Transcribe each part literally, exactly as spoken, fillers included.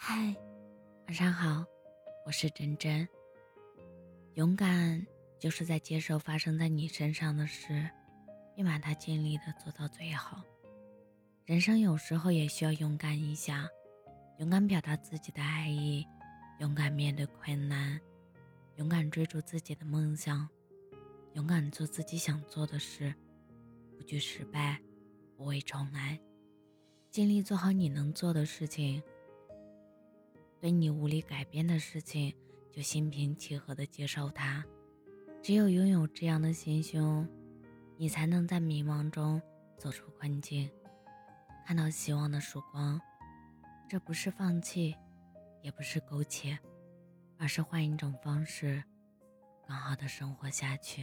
嗨，晚上好，我是真真。勇敢就是在接受发生在你身上的事，并把它尽力的做到最好。人生有时候也需要勇敢一下，勇敢表达自己的爱意，勇敢面对困难，勇敢追逐自己的梦想，勇敢做自己想做的事，不惧失败，不畏重来，尽力做好你能做的事情。对你无力改变的事情，就心平气和地接受它。只有拥有这样的心胸，你才能在迷茫中走出困境，看到希望的曙光。这不是放弃，也不是苟且，而是换一种方式，更好地生活下去。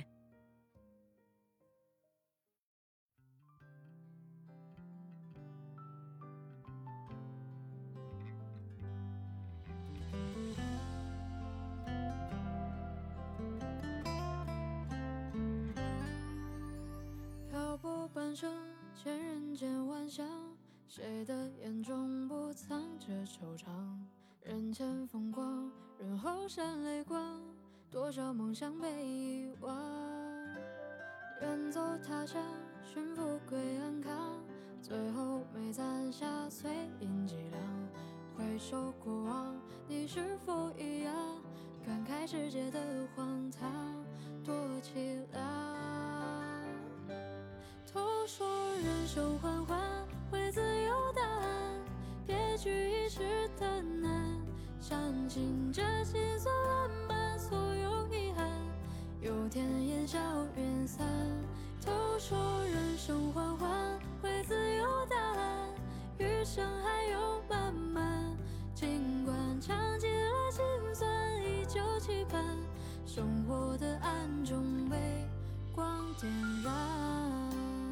漂泊半生，千人间万象，谁的眼中不藏着惆怅？人前风光，人后闪泪光，多少梦想被遗忘。远走他乡，寻富贵安康，最后没攒下碎银几两。回首过往，你是否一样，感慨世界的荒唐，多凄凉。都说人生缓缓会自有答案，别去一时的难，相信这心酸万般，所有遗憾有天烟消云散。都说人生缓缓会自有答案，余生还有漫漫，尽管尝尽了辛酸，依旧期盼生活的暗中被光点燃。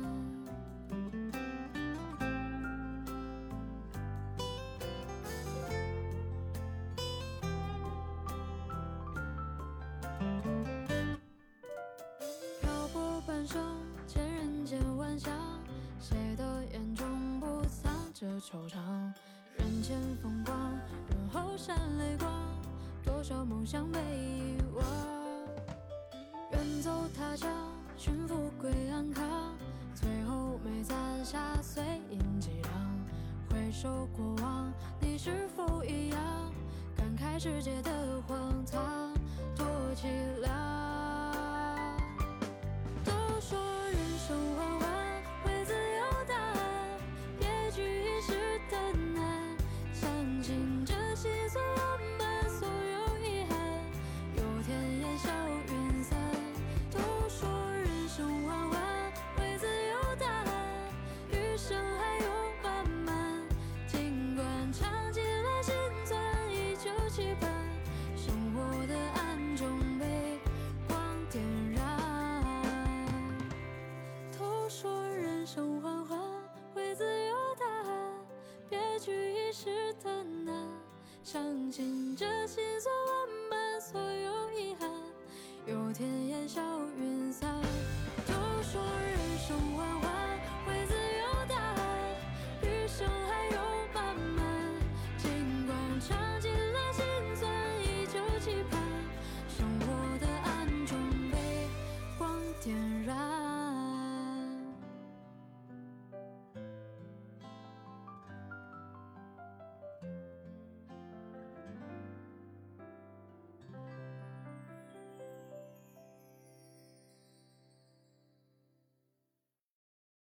漂泊半生，千人间万象，谁的眼中不藏着惆怅？人前风光，人后闪泪光，多少梦想被遗忘。远走他乡，寻富贵安康，最后没攒下碎银几两。回首过往，你是否一样，感慨世界的荒唐，多凄凉。都说人生缓缓会自有答案，别去一时的难，相信这心酸万般，所有遗憾有天烟消云散。都说人生缓缓会自有答案，余生还有漫漫，尽管尝尽了辛酸，依旧期盼生活的暗中被光点燃。都说人生缓缓会自有答案，别去一时的难，相信这心酸万般，所有遗憾有天烟消云散。都说人生缓缓